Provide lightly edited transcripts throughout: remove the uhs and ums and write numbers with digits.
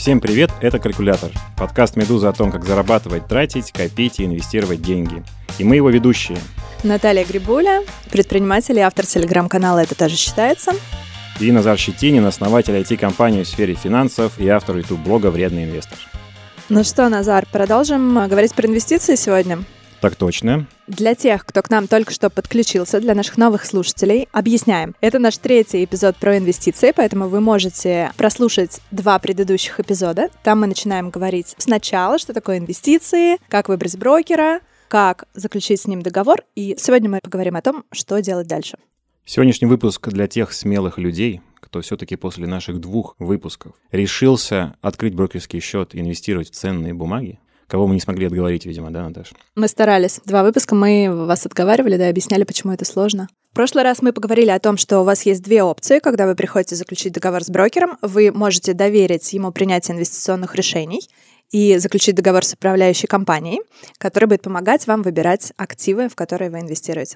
Всем привет, это «Калькулятор», подкаст «Медуза» о том, как зарабатывать, тратить, копить и инвестировать деньги. И мы его ведущие. Наталья Грибуля, предприниматель и автор телеграм-канала «Это тоже считается». И Назар Щетинин, основатель IT-компании в сфере финансов и автор YouTube-блога «Вредный инвестор». Ну что, Назар, продолжим говорить про инвестиции сегодня? Так точно. Для тех, кто к нам только что подключился, для наших новых слушателей, объясняем. Это наш 3-й эпизод про инвестиции, поэтому вы можете прослушать 2 предыдущих эпизода. Там мы начинаем говорить сначала, что такое инвестиции, как выбрать брокера, как заключить с ним договор. И сегодня мы поговорим о том, что делать дальше. Сегодняшний выпуск для тех смелых людей, кто все-таки после наших 2 выпусков решился открыть брокерский счет и инвестировать в ценные бумаги. Кого мы не смогли отговорить, видимо, да, Наташа? Мы старались. 2 выпуска мы вас отговаривали, да, объясняли, почему это сложно. В прошлый раз мы поговорили о том, что у вас есть 2 опции, когда вы приходите заключить договор с брокером. Вы можете доверить ему принятие инвестиционных решений и заключить договор с управляющей компанией, которая будет помогать вам выбирать активы, в которые вы инвестируете.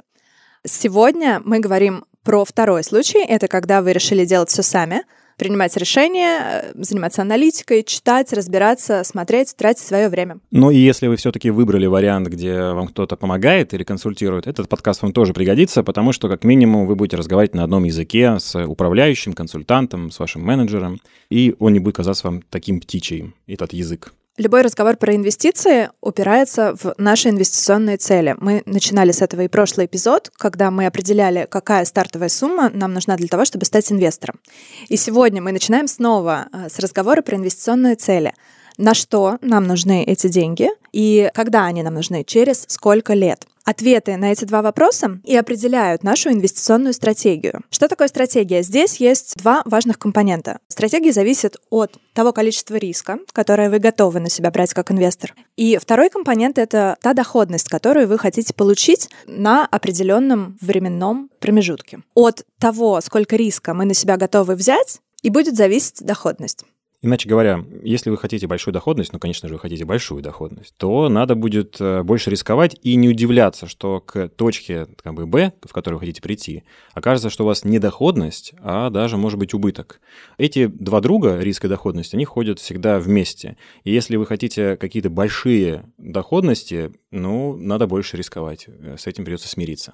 Сегодня мы говорим про 2-й случай. Это когда вы решили делать все сами, принимать решения, заниматься аналитикой, читать, разбираться, смотреть, тратить свое время. Ну и если вы все-таки выбрали вариант, где вам кто-то помогает или консультирует, этот подкаст вам тоже пригодится, потому что как минимум вы будете разговаривать на одном языке с управляющим, консультантом, с вашим менеджером, и он не будет казаться вам таким птичьим, этот язык. Любой разговор про инвестиции упирается в наши инвестиционные цели. Мы начинали с этого и прошлый эпизод, когда мы определяли, какая стартовая сумма нам нужна для того, чтобы стать инвестором. И сегодня мы начинаем снова с разговора про инвестиционные цели. На что нам нужны эти деньги и когда они нам нужны, через сколько лет. Ответы на эти 2 вопроса и определяют нашу инвестиционную стратегию. Что такое стратегия? Здесь есть 2 важных компонента. Стратегия зависит от того количества риска, которое вы готовы на себя брать как инвестор. И 2-й компонент — это та доходность, которую вы хотите получить на определенном временном промежутке. От того, сколько риска мы на себя готовы взять, и будет зависеть доходность. Иначе говоря, если вы хотите большую доходность, ну, конечно же, вы хотите большую доходность, то надо будет больше рисковать и не удивляться, что к точке Б, в которую вы хотите прийти, окажется, что у вас не доходность, а даже, может быть, убыток. Эти 2 друга, риск и доходность, они ходят всегда вместе. И если вы хотите какие-то большие доходности, ну, надо больше рисковать. С этим придется смириться.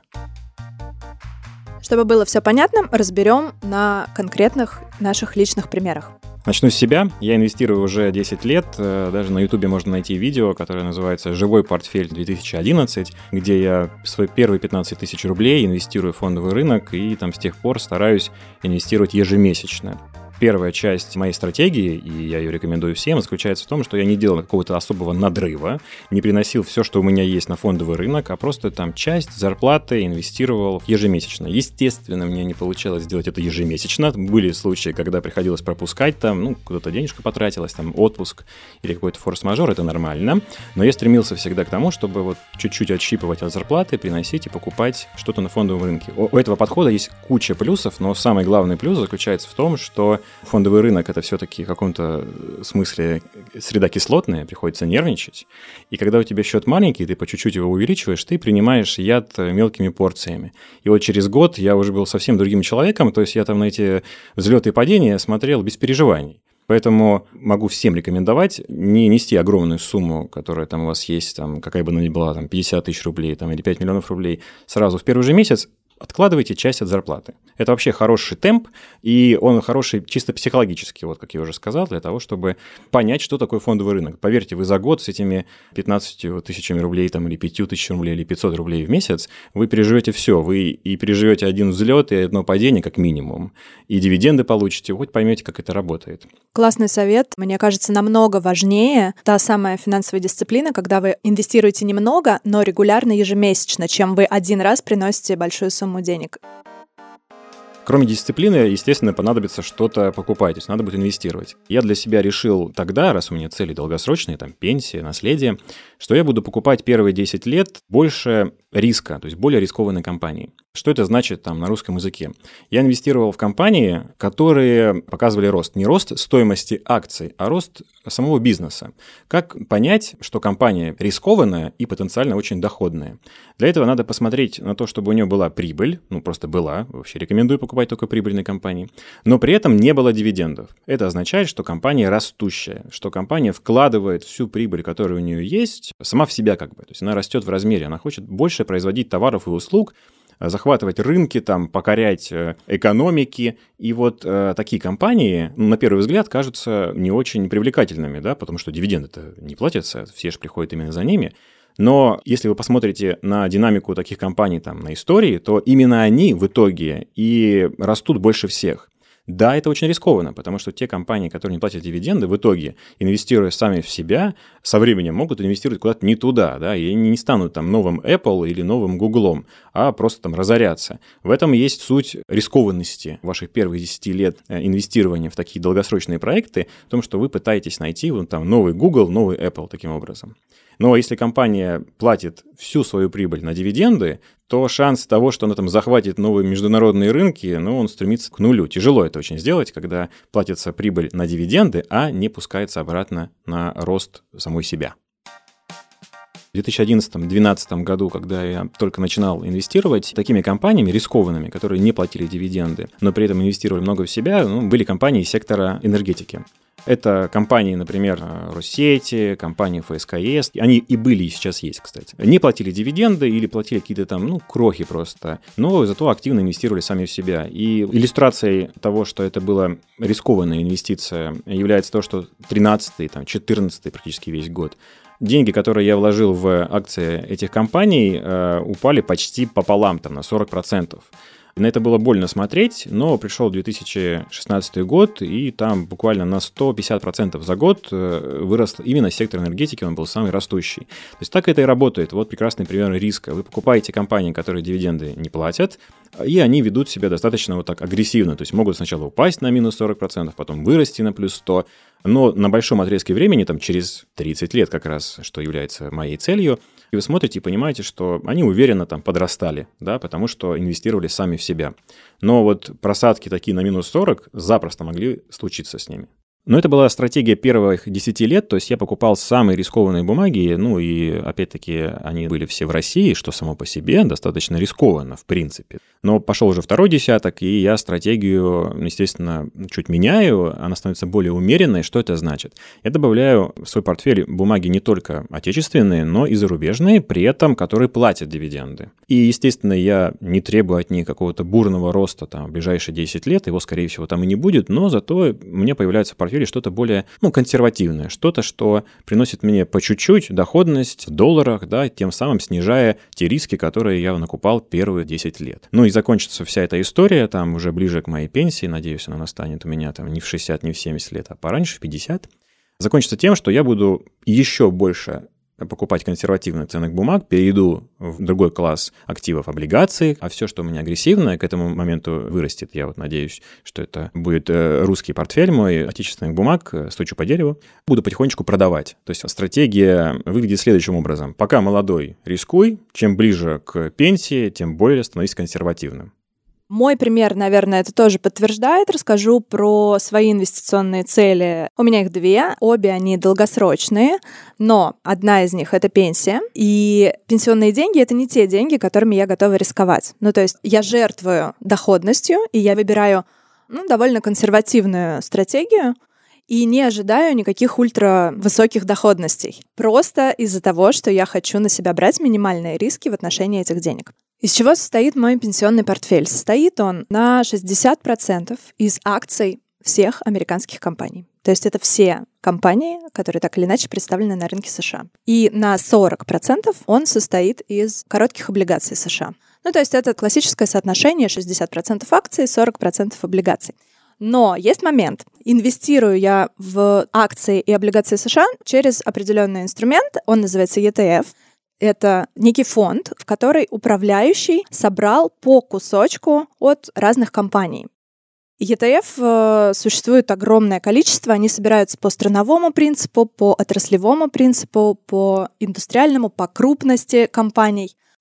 Чтобы было все понятно, разберем на конкретных наших личных примерах. Начну с себя. Я инвестирую уже 10 лет. Даже на Ютубе можно найти видео, которое называется «Живой портфель 2011», где я свои первые 15 тысяч рублей инвестирую в фондовый рынок и там с тех пор стараюсь инвестировать ежемесячно. Первая часть моей стратегии, и я ее рекомендую всем, заключается в том, что я не делал какого-то особого надрыва, не приносил все, что у меня есть на фондовый рынок, а просто там часть зарплаты инвестировал ежемесячно. Естественно, мне не получалось сделать это ежемесячно. Были случаи, когда приходилось пропускать там, куда-то денежка потратилась, там отпуск или какой-то форс-мажор, это нормально. Но я стремился всегда к тому, чтобы вот чуть-чуть отщипывать от зарплаты, приносить и покупать что-то на фондовом рынке. У этого подхода есть куча плюсов, но самый главный плюс заключается в том, что фондовый рынок — это все-таки в каком-то смысле среда кислотная, приходится нервничать. И когда у тебя счет маленький, ты по чуть-чуть его увеличиваешь, ты принимаешь яд мелкими порциями. И вот через год я уже был совсем другим человеком, то есть я там на эти взлеты и падения смотрел без переживаний. Поэтому могу всем рекомендовать не нести огромную сумму, которая там у вас есть, там, какая бы она ни была, там, 50 тысяч рублей там, или 5 миллионов рублей, сразу в первый же месяц. Откладывайте часть от зарплаты. Это вообще хороший темп, и он хороший чисто психологически, вот как я уже сказал, для того, чтобы понять, что такое фондовый рынок. Поверьте, вы за год с этими 15 тысячами рублей там, или 5 тысячами рублей, или 500 рублей в месяц, вы переживете все. Вы и переживете один взлет, и одно падение как минимум, и дивиденды получите, хоть поймете, как это работает. Классный совет. Мне кажется, намного важнее та самая финансовая дисциплина, когда вы инвестируете немного, но регулярно, ежемесячно, чем вы один раз приносите большую сумму денег. Кроме дисциплины, естественно, понадобится что-то покупать, то есть надо будет инвестировать. Я для себя решил тогда, раз у меня цели долгосрочные, там пенсия, наследие, что я буду покупать первые 10 лет больше риска, то есть более рискованные компании. Что это значит там на русском языке? Я инвестировал в компании, которые показывали рост. Не рост стоимости акций, а рост самого бизнеса. Как понять, что компания рискованная и потенциально очень доходная? Для этого надо посмотреть на то, чтобы у нее была прибыль, просто была, вообще рекомендую покупать только прибыльные компании, но при этом не было дивидендов. Это означает, что компания растущая, что компания вкладывает всю прибыль, которая у нее есть, сама в себя как бы. То есть она растет в размере, она хочет больше производить товаров и услуг, захватывать рынки, покорять экономики. И такие компании, на первый взгляд, кажутся не очень привлекательными, да, потому что дивиденды-то не платятся, все же приходят именно за ними. Но если вы посмотрите на динамику таких компаний на истории, то именно они в итоге и растут больше всех. Да, это очень рискованно, потому что те компании, которые не платят дивиденды, в итоге, инвестируя сами в себя, со временем могут инвестировать куда-то не туда, да, и они не станут новым Apple или новым Гуглом, а просто разорятся. В этом есть суть рискованности ваших первых 10 лет инвестирования в такие долгосрочные проекты, в том, что вы пытаетесь найти новый Google, новый Apple таким образом. Но если компания платит всю свою прибыль на дивиденды, то шанс того, что она захватит новые международные рынки, он стремится к нулю. Тяжело это очень сделать, когда платится прибыль на дивиденды, а не пускается обратно на рост самой себя. В 2011-2012 году, когда я только начинал инвестировать, такими компаниями рискованными, которые не платили дивиденды, но при этом инвестировали много в себя, были компании сектора энергетики. Это компании, например, Россети, компании ФСКС. Они и были, и сейчас есть, кстати. Не платили дивиденды или платили какие-то крохи просто, но зато активно инвестировали сами в себя. И иллюстрацией того, что это была рискованная инвестиция, является то, что 13-й, 14-й практически весь год деньги, которые я вложил в акции этих компаний, упали почти пополам, на 40%. На это было больно смотреть, но пришел 2016 год, и там буквально на 150% за год вырос именно сектор энергетики, он был самый растущий. То есть так это и работает. Вот прекрасный пример риска. Вы покупаете компании, которые дивиденды не платят, и они ведут себя достаточно агрессивно. То есть могут сначала упасть на минус 40%, потом вырасти на плюс 100%, но на большом отрезке времени, через 30 лет как раз, что является моей целью, и вы смотрите и понимаете, что они уверенно подрастали, да, потому что инвестировали сами в себя. Но просадки такие на минус 40 запросто могли случиться с ними. Но это была стратегия первых 10 лет, то есть я покупал самые рискованные бумаги, и опять-таки они были все в России, что само по себе достаточно рискованно, в принципе. Но пошел уже второй десяток, и я стратегию, естественно, чуть меняю, она становится более умеренной. Что это значит? Я добавляю в свой портфель бумаги не только отечественные, но и зарубежные, при этом которые платят дивиденды. И, естественно, я не требую от них какого-то бурного роста в ближайшие 10 лет, его, скорее всего, там и не будет, но зато мне появляется в портфеле что-то более консервативное, что-то, что приносит мне по чуть-чуть доходность в долларах, да, тем самым снижая те риски, которые я накупал первые 10 лет. И закончится вся эта история уже ближе к моей пенсии, надеюсь, она настанет у меня не в 60, не в 70 лет, а пораньше, в 50. Закончится тем, что я буду еще больше покупать консервативных ценных бумаг, перейду в другой класс активов, облигаций, а все, что у меня агрессивное, к этому моменту вырастет. Я надеюсь, что это будет русский портфель мой, отечественных бумаг, стучу по дереву, буду потихонечку продавать. То есть стратегия выглядит следующим образом. Пока молодой, рискуй, чем ближе к пенсии, тем более становись консервативным. Мой пример, наверное, это тоже подтверждает. Расскажу про свои инвестиционные цели. У меня их две, обе они долгосрочные, но одна из них — это пенсия. И пенсионные деньги — это не те деньги, которыми я готова рисковать. То есть я жертвую доходностью, и я выбираю довольно консервативную стратегию, и не ожидаю никаких ультравысоких доходностей. Просто из-за того, что я хочу на себя брать минимальные риски в отношении этих денег. Из чего состоит мой пенсионный портфель? Состоит он на 60% из акций всех американских компаний. То есть это все компании, которые так или иначе представлены на рынке США. И на 40% он состоит из коротких облигаций США. То есть это классическое соотношение 60% акций, 40% облигаций. Но есть момент. Инвестирую я в акции и облигации США через определенный инструмент, он называется ETF. Это некий фонд, в который управляющий собрал по кусочку от разных компаний. ETF существует огромное количество, они собираются по страновому принципу, по отраслевому принципу, по индустриальному, по крупности компаний.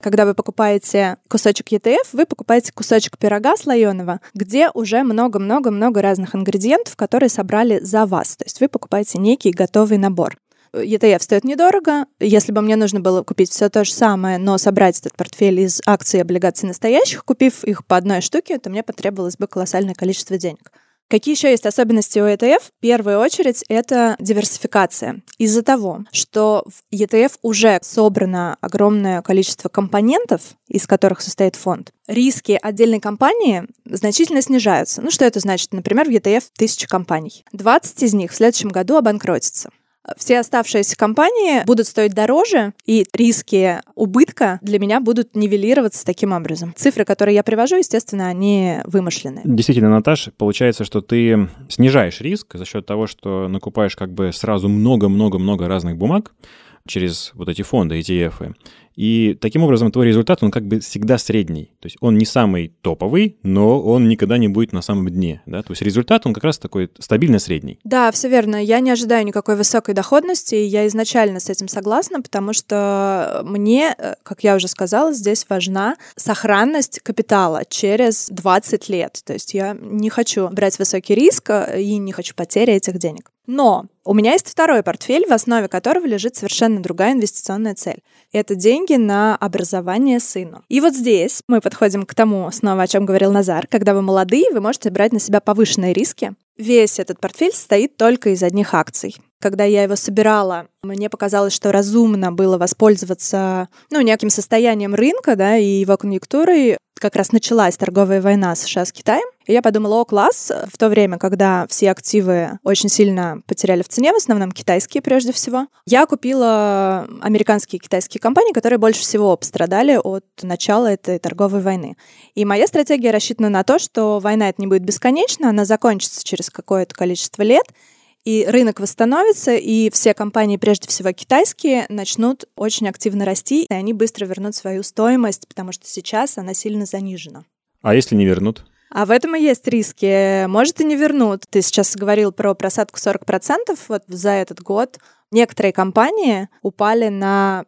Когда вы покупаете кусочек ETF, вы покупаете кусочек пирога слоеного, где уже много-много-много разных ингредиентов, которые собрали за вас. То есть вы покупаете некий готовый набор. ETF стоит недорого. Если бы мне нужно было купить все то же самое, но собрать этот портфель из акций и облигаций настоящих, купив их по одной штуке, то мне потребовалось бы колоссальное количество денег. Какие еще есть особенности у ETF? В первую очередь, это диверсификация. Из-за того, что в ETF уже собрано огромное количество компонентов, из которых состоит фонд, риски отдельной компании значительно снижаются. Что это значит? Например, в ETF 1000 компаний. 20 из них в следующем году обанкротятся. Все оставшиеся компании будут стоить дороже, и риски убытка для меня будут нивелироваться таким образом. Цифры, которые я привожу, естественно, они вымышленные. Действительно, Наташ, получается, что ты снижаешь риск за счет того, что накупаешь сразу много-много-много разных бумаг через вот эти фонды, ETF. И таким образом твой результат, он всегда средний. То есть он не самый топовый, но он никогда не будет на самом дне. Да? То есть результат, он как раз такой стабильно средний. Да, все верно. Я не ожидаю никакой высокой доходности, и я изначально с этим согласна, потому что мне, как я уже сказала, здесь важна сохранность капитала через 20 лет. То есть я не хочу брать высокий риск и не хочу потери этих денег. Но у меня есть второй портфель, в основе которого лежит совершенно другая инвестиционная цель. Это деньги на образование сыну. И вот здесь мы подходим к тому, снова о чем говорил Назар. Когда вы молодые, вы можете брать на себя повышенные риски. Весь этот портфель состоит только из одних акций. Когда я его собирала, мне показалось, что разумно было воспользоваться неким состоянием рынка, да, и его конъюнктурой. Как раз началась торговая война США с Китаем. И я подумала, класс, в то время, когда все активы очень сильно потеряли в цене, в основном китайские прежде всего, я купила американские и китайские компании, которые больше всего пострадали от начала этой торговой войны. И моя стратегия рассчитана на то, что война эта не будет бесконечна, она закончится через какое-то количество лет, и рынок восстановится, и все компании, прежде всего китайские, начнут очень активно расти, и они быстро вернут свою стоимость, потому что сейчас она сильно занижена. А если не вернут? А в этом и есть риски. Может, и не вернут. Ты сейчас говорил про просадку 40%. Вот за этот год некоторые компании упали на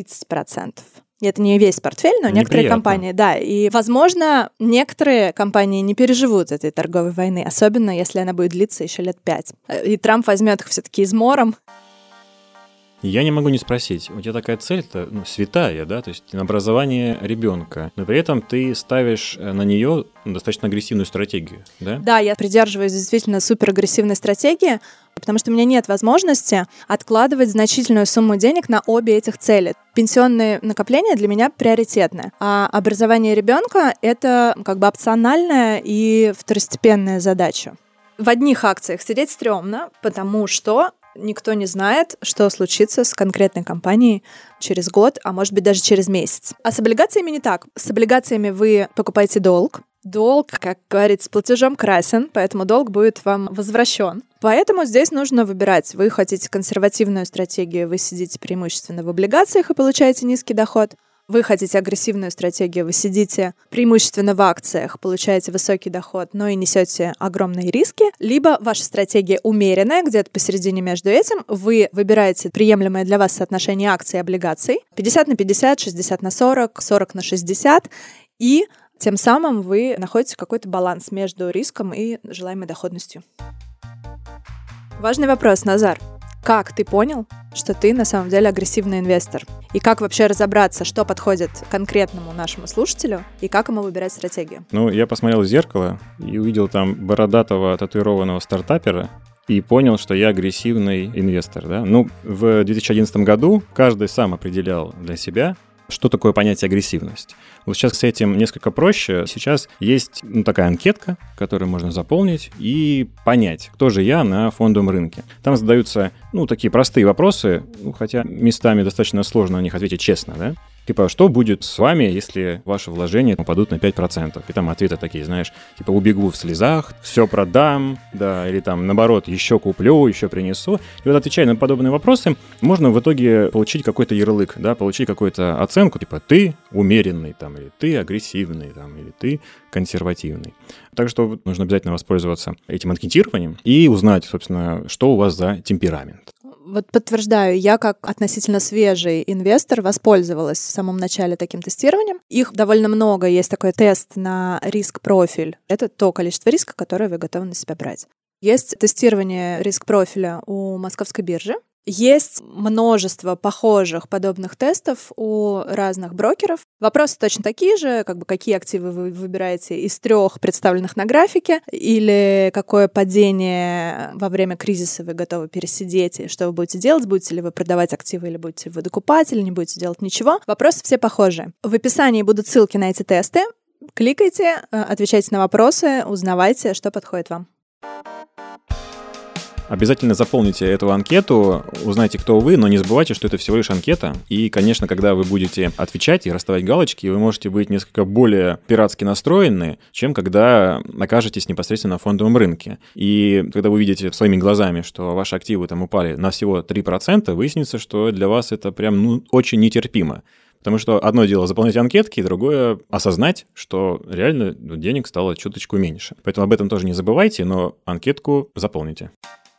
30%. Это не весь портфель, но некоторые компании, да. И, возможно, некоторые компании не переживут этой торговой войны, особенно если она будет длиться еще лет 5. И Трамп возьмет их все-таки измором. Я не могу не спросить, у тебя такая цель-то святая, да, то есть на образование ребенка, но при этом ты ставишь на нее достаточно агрессивную стратегию, да? Да, я придерживаюсь действительно суперагрессивной стратегии, потому что у меня нет возможности откладывать значительную сумму денег на обе этих цели. Пенсионные накопления для меня приоритетны, а образование ребенка — это опциональная и второстепенная задача. В одних акциях сидеть стрёмно, потому что никто не знает, что случится с конкретной компанией через год, а может быть даже через месяц. А с облигациями не так. С облигациями вы покупаете долг. Долг, как говорится, платежом красен, поэтому долг будет вам возвращен. Поэтому здесь нужно выбирать. Вы хотите консервативную стратегию, вы сидите преимущественно в облигациях и получаете низкий доход. Вы хотите агрессивную стратегию, вы сидите преимущественно в акциях, получаете высокий доход, но и несете огромные риски. Либо ваша стратегия умеренная, где-то посередине между этим. Вы выбираете приемлемое для вас соотношение акций и облигаций. 50/50, 60/40, 40/60. И тем самым вы находите какой-то баланс между риском и желаемой доходностью. Важный вопрос, Назар. Как ты понял, что ты на самом деле агрессивный инвестор? И как вообще разобраться, что подходит конкретному нашему слушателю, и как ему выбирать стратегию? Я посмотрел в зеркало и увидел там бородатого татуированного стартапера и понял, что я агрессивный инвестор. Да? В 2011 году каждый сам определял для себя, что такое понятие агрессивность. Вот сейчас с этим несколько проще. Сейчас есть такая анкетка, которую можно заполнить и понять, кто же я на фондовом рынке. Там задаются такие простые вопросы, хотя местами достаточно сложно на них ответить честно, да? Типа, что будет с вами, если ваши вложения упадут на 5%? И там ответы такие, знаешь, типа, убегу в слезах, все продам, да, или там, наоборот, еще куплю, еще принесу. И вот отвечая на подобные вопросы, можно в итоге получить какой-то ярлык, да, получить какую-то оценку, типа, ты умеренный, там, или ты агрессивный, там, или ты консервативный. Так что нужно обязательно воспользоваться этим анкетированием и узнать, собственно, что у вас за темперамент. Вот подтверждаю, я как относительно свежий инвестор воспользовалась в самом начале таким тестированием. Их довольно много. Есть такой тест на риск-профиль. Это то количество риска, которое вы готовы на себя брать. Есть тестирование риск-профиля у Московской биржи. Есть множество похожих подобных тестов у разных брокеров. Вопросы точно такие же, какие активы вы выбираете из 3 представленных на графике, или какое падение во время кризиса вы готовы пересидеть, и что вы будете делать, будете ли вы продавать активы, или будете вы докупать, или не будете делать ничего. Вопросы все похожи. В описании будут ссылки на эти тесты. Кликайте, отвечайте на вопросы, узнавайте, что подходит вам. Обязательно заполните эту анкету, узнайте, кто вы, но не забывайте, что это всего лишь анкета. И, конечно, когда вы будете отвечать и расставлять галочки, вы можете быть несколько более пиратски настроены, чем когда окажетесь непосредственно на фондовом рынке. И когда вы видите своими глазами, что ваши активы там упали на всего 3%, выяснится, что для вас это прям очень нетерпимо. Потому что одно дело заполнять анкетки, другое осознать, что реально денег стало чуточку меньше. Поэтому об этом тоже не забывайте, но анкетку заполните.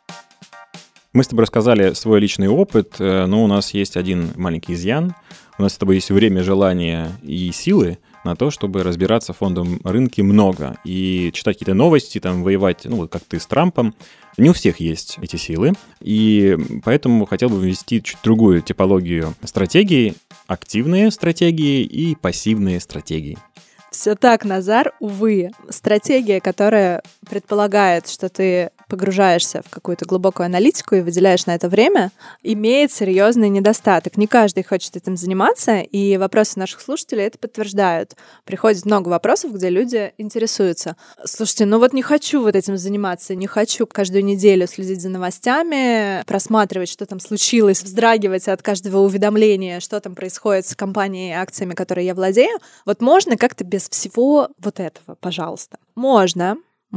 Мы с тобой рассказали свой личный опыт, но у нас есть один маленький изъян. У нас с тобой есть время, желание и силы на то, чтобы разбираться в фондовом рынке много и читать какие-то новости, там, воевать, как ты с Трампом. Не у всех есть эти силы, и поэтому хотел бы ввести чуть другую типологию стратегий: активные стратегии и пассивные стратегии. Все так, Назар, увы. Стратегия, которая предполагает, что ты погружаешься в какую-то глубокую аналитику и выделяешь на это время, имеет серьезный недостаток. Не каждый хочет этим заниматься, и вопросы наших слушателей это подтверждают. Приходит много вопросов, где люди интересуются. Слушайте, не хочу этим заниматься, не хочу каждую неделю следить за новостями, просматривать, что там случилось, вздрагивать от каждого уведомления, что там происходит с компанией, акциями, которые я владею. Можно как-то без всего этого, пожалуйста. Можно,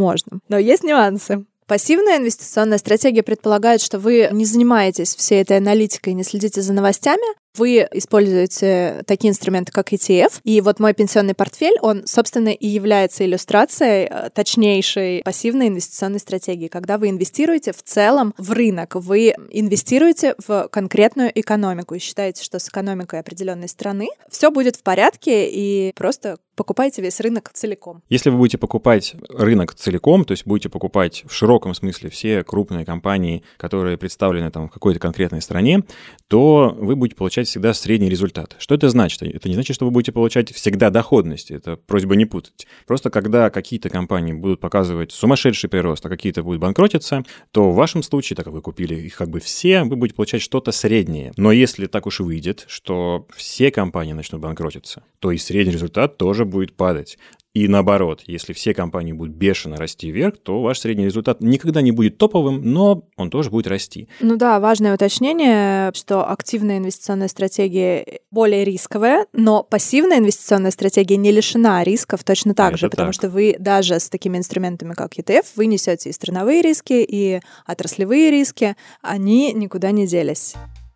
но есть нюансы. Пассивная инвестиционная стратегия предполагает, что вы не занимаетесь всей этой аналитикой, не следите за новостями, вы используете такие инструменты, как ETF. И мой пенсионный портфель, он, собственно, и является иллюстрацией точнейшей пассивной инвестиционной стратегии, когда вы инвестируете в целом в рынок, вы инвестируете в конкретную экономику и считаете, что с экономикой определенной страны все будет в порядке, и просто покупаете весь рынок целиком. Если вы будете покупать рынок целиком, то есть будете покупать в широком смысле все крупные компании, которые представлены там в какой-то конкретной стране, то вы будете получать всегда средний результат. Что это значит? Это не значит, что вы будете получать всегда доходность. Это просьба не путать. Просто когда какие-то компании будут показывать сумасшедший прирост, а какие-то будут банкротиться, то в вашем случае, так как вы купили их все, вы будете получать что-то среднее. Но если так уж выйдет, что все компании начнут банкротиться, то и средний результат тоже будет падать. И наоборот, если все компании будут бешено расти вверх, то ваш средний результат никогда не будет топовым, но он тоже будет расти. Важное уточнение, что активная инвестиционная стратегия более рисковая, но пассивная инвестиционная стратегия не лишена рисков точно так же, потому что вы даже с такими инструментами, как ETF, вы несете и страновые риски, и отраслевые риски, они никуда не делись.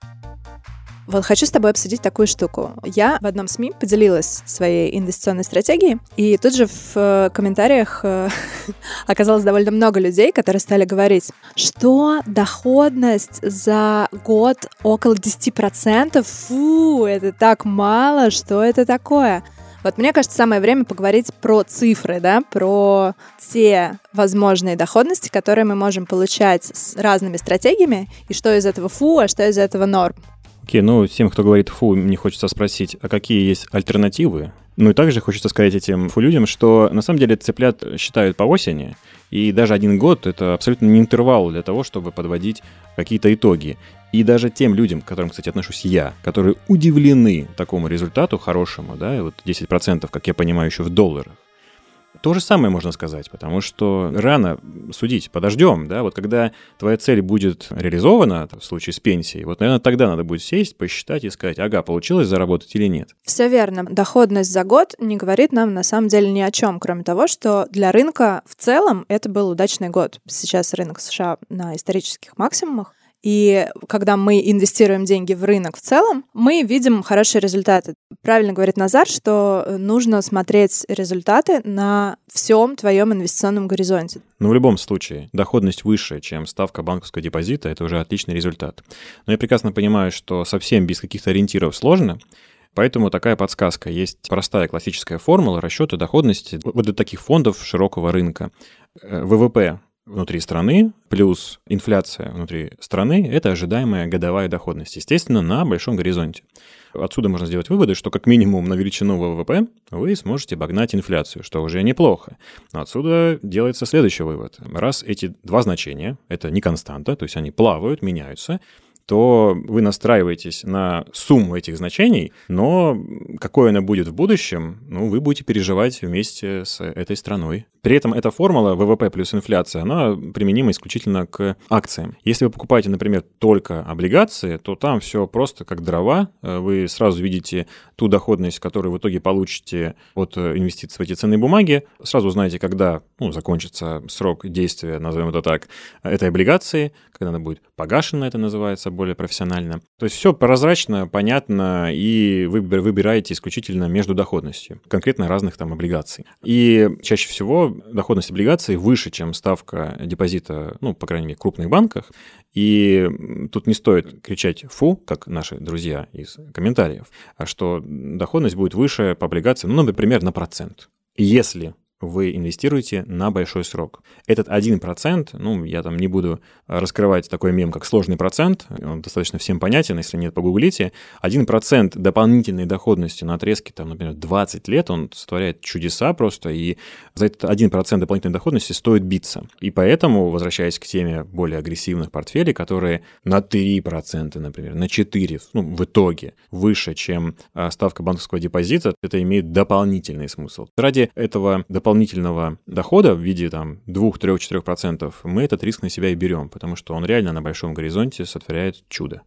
Хочу с тобой обсудить такую штуку. Я в одном СМИ поделилась своей инвестиционной стратегией, и тут же в комментариях оказалось довольно много людей, которые стали говорить, что доходность за год около 10%, фу, это так мало, что это такое? Мне кажется, самое время поговорить про цифры, про те возможные доходности, которые мы можем получать с разными стратегиями, и что из этого фу, а что из этого норм. Окей, тем, кто говорит «фу», мне хочется спросить, а какие есть альтернативы? И также хочется сказать этим людям, что на самом деле цыплят считают по осени, и даже 1 год — это абсолютно не интервал для того, чтобы подводить какие-то итоги. И даже тем людям, к которым, кстати, отношусь я, которые удивлены такому результату хорошему, 10%, как я понимаю, еще в долларах, то же самое можно сказать, потому что рано судить, подождем, когда твоя цель будет реализована, в случае с пенсией, наверное, тогда надо будет сесть, посчитать и сказать, получилось заработать или нет. Все верно. Доходность за год не говорит нам на самом деле ни о чем, кроме того, что для рынка в целом это был удачный год. Сейчас рынок США на исторических максимумах, И когда мы инвестируем деньги в рынок в целом, мы видим хорошие результаты. Правильно говорит Назар, что нужно смотреть результаты на всем твоем инвестиционном горизонте. Но в любом случае, доходность выше, чем ставка банковского депозита, это уже отличный результат. Но я прекрасно понимаю, что совсем без каких-то ориентиров сложно, поэтому такая подсказка. Есть простая классическая формула расчета доходности вот для таких фондов широкого рынка. ВВП внутри страны плюс инфляция внутри страны – это ожидаемая годовая доходность, естественно, на большом горизонте. Отсюда можно сделать выводы, что как минимум на величину ВВП вы сможете обогнать инфляцию, что уже неплохо. Но отсюда делается следующий вывод. Раз эти два значения – это не константа, то есть они плавают, меняются, то вы настраиваетесь на сумму этих значений, но какой она будет в будущем, вы будете переживать вместе с этой страной. При этом эта формула ВВП плюс инфляция, она применима исключительно к акциям. Если вы покупаете, например, только облигации, то там все просто как дрова. Вы сразу видите ту доходность, которую в итоге получите от инвестиций в эти ценные бумаги. Сразу узнаете, когда закончится срок действия, назовем это так, этой облигации, когда она будет погашена, это называется более профессионально. То есть все прозрачно, понятно, и вы выбираете исключительно между доходностью конкретно разных там облигаций. И чаще всего доходность облигаций выше, чем ставка депозита, по крайней мере, в крупных банках. И тут не стоит кричать «фу», как наши друзья из комментариев, а что доходность будет выше по облигациям, например, на процент. Если вы инвестируете на большой срок. Этот 1%, я там не буду раскрывать такой мем, как сложный процент, он достаточно всем понятен, если нет, погуглите. 1% дополнительной доходности на отрезке, например, 20 лет, он сотворяет чудеса просто, и за этот 1% дополнительной доходности стоит биться. И поэтому, возвращаясь к теме более агрессивных портфелей, которые на 3%, например, на 4%, в итоге выше, чем ставка банковского депозита, это имеет дополнительный смысл. Ради этого дополнительного дохода в виде 2, 3, 4% мы этот риск на себя и берем, потому что он реально на большом горизонте сотворяет чудо.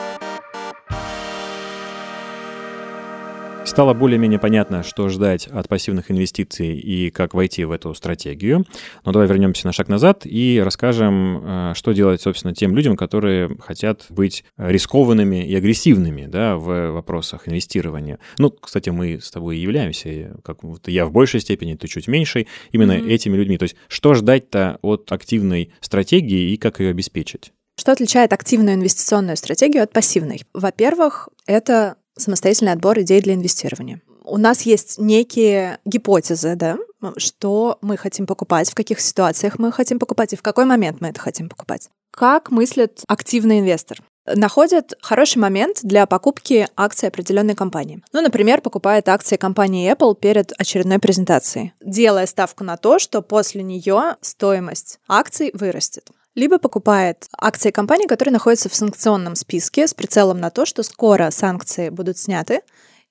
Стало более-менее понятно, что ждать от пассивных инвестиций и как войти в эту стратегию. Но давай вернемся на шаг назад и расскажем, что делать, собственно, тем людям, которые хотят быть рискованными и агрессивными, в вопросах инвестирования. Кстати, мы с тобой и являемся, я в большей степени, ты чуть меньшей, именно этими людьми. То есть что ждать-то от активной стратегии и как ее обеспечить? Что отличает активную инвестиционную стратегию от пассивной? Во-первых, это самостоятельный отбор идей для инвестирования. У нас есть некие гипотезы, что мы хотим покупать, в каких ситуациях мы хотим покупать и в какой момент мы это хотим покупать. Как мыслит активный инвестор? Находит хороший момент для покупки акций определенной компании. Например, покупает акции компании Apple перед очередной презентацией, делая ставку на то, что после нее стоимость акций вырастет. Либо покупает акции компаний, которые находятся в санкционном списке с прицелом на то, что скоро санкции будут сняты,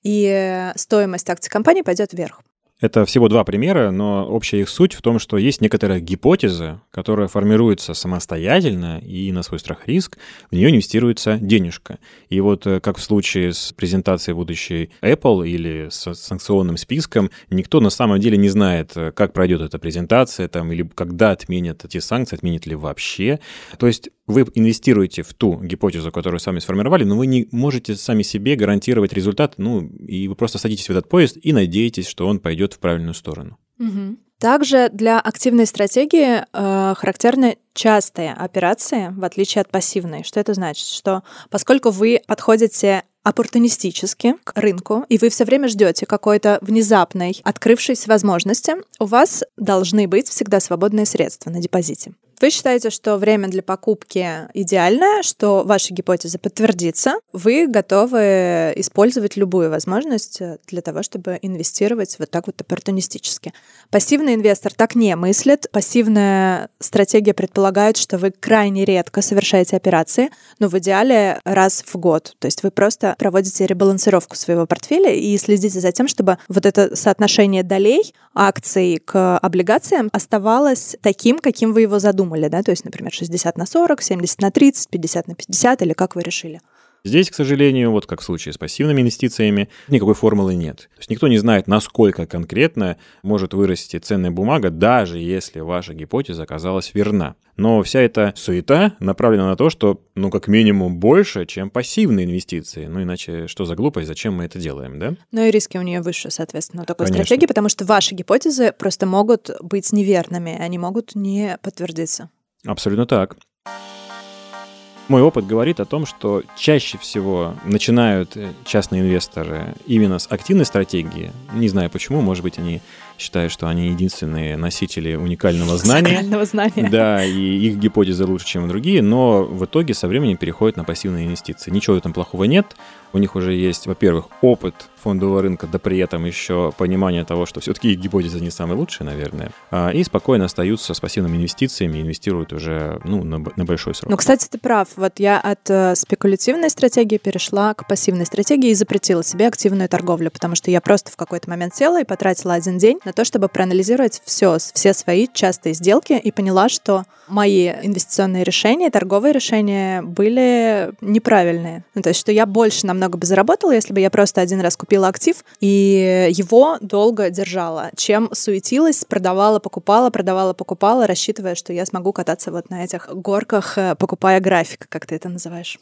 и стоимость акций компании пойдет вверх. Это всего два примера, но общая их суть в том, что есть некоторая гипотеза, которая формируется самостоятельно и на свой страх и риск, в нее инвестируется денежка. И как в случае с презентацией будущей Apple или с санкционным списком, никто на самом деле не знает, как пройдет эта презентация, или когда отменят эти санкции, отменят ли вообще. То есть вы инвестируете в ту гипотезу, которую сами сформировали, но вы не можете сами себе гарантировать результат, и вы просто садитесь в этот поезд и надеетесь, что он пойдет в правильную сторону. Угу. Также для активной стратегии характерны частые операции, в отличие от пассивной. Что это значит? Что поскольку вы подходите оппортунистически к рынку, и вы все время ждете какой-то внезапной открывшейся возможности, у вас должны быть всегда свободные средства на депозите. Вы считаете, что время для покупки идеальное, что ваша гипотеза подтвердится, вы готовы использовать любую возможность для того, чтобы инвестировать вот так оппортунистически. Пассивный инвестор так не мыслит. Пассивная стратегия предполагает, что вы крайне редко совершаете операции, но в идеале раз в год. То есть вы просто проводите ребалансировку своего портфеля и следите за тем, чтобы вот это соотношение долей акций к облигациям оставалось таким, каким вы его задумали. То есть, например, 60/40, 70/30, 50/50, или как вы решили? Здесь, к сожалению, вот как в случае с пассивными инвестициями, никакой формулы нет. То есть никто не знает, насколько конкретно может вырасти ценная бумага, даже если ваша гипотеза оказалась верна. Но вся эта суета направлена на то, что, как минимум больше, чем пассивные инвестиции. Иначе что за глупость, зачем мы это делаем, да? И риски у нее выше, соответственно, у такой стратегии, потому что ваши гипотезы просто могут быть неверными, они могут не подтвердиться. Абсолютно так. Мой опыт говорит о том, что чаще всего начинают частные инвесторы именно с активной стратегии. Не знаю почему, может быть, они считают, что они единственные носители уникального знания. Да, и их гипотезы лучше, чем другие, но в итоге со временем переходят на пассивные инвестиции. Ничего в этом плохого нет. У них уже есть, во-первых, опыт фондового рынка, да при этом еще понимание того, что все-таки их гипотезы не самые лучшие, наверное, и спокойно остаются с пассивными инвестициями, инвестируют уже на большой срок. Кстати, ты прав. Вот я от спекулятивной стратегии перешла к пассивной стратегии и запретила себе активную торговлю, потому что я просто в какой-то момент села и потратила один день на то, чтобы проанализировать все свои частые сделки и поняла, что мои инвестиционные решения, торговые решения были неправильные. То есть, что я больше намного бы заработала, если бы я просто один раз купила актив и его долго держала, чем суетилась, продавала, покупала, рассчитывая, что я смогу кататься вот на этих горках, покупая график, как ты это называешь.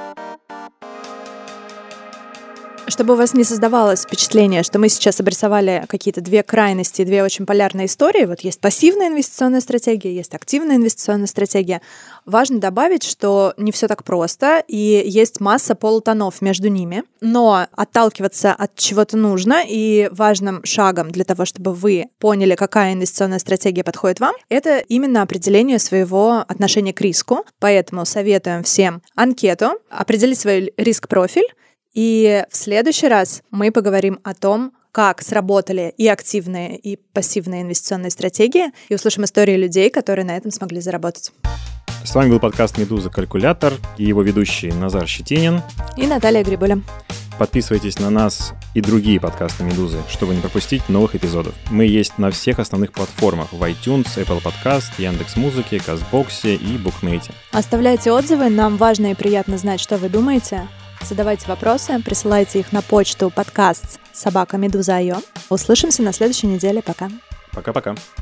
Чтобы у вас не создавалось впечатление, что мы сейчас обрисовали какие-то две крайности, две очень полярные истории. Вот есть пассивная инвестиционная стратегия, есть активная инвестиционная стратегия. Важно добавить, что не все так просто, и есть масса полутонов между ними. Но отталкиваться от чего-то нужно, и важным шагом для того, чтобы вы поняли, какая инвестиционная стратегия подходит вам, это именно определение своего отношения к риску. Поэтому советуем всем анкету, определить свой риск-профиль. И в следующий раз мы поговорим о том, как сработали и активные, и пассивные инвестиционные стратегии, и услышим истории людей, которые на этом смогли заработать. С вами был подкаст «Медуза. Калькулятор» и его ведущий Назар Щетинин и Наталья Грибуля. Подписывайтесь на нас и другие подкасты «Медузы», чтобы не пропустить новых эпизодов. Мы есть на всех основных платформах: в iTunes, Apple Podcast, Яндекс.Музыке, Казбоксе и Букмейте. Оставляйте отзывы, нам важно и приятно знать, что вы думаете. Задавайте вопросы, присылайте их на почту подкаст@meduza.io. Услышимся на следующей неделе. Пока. Пока-пока.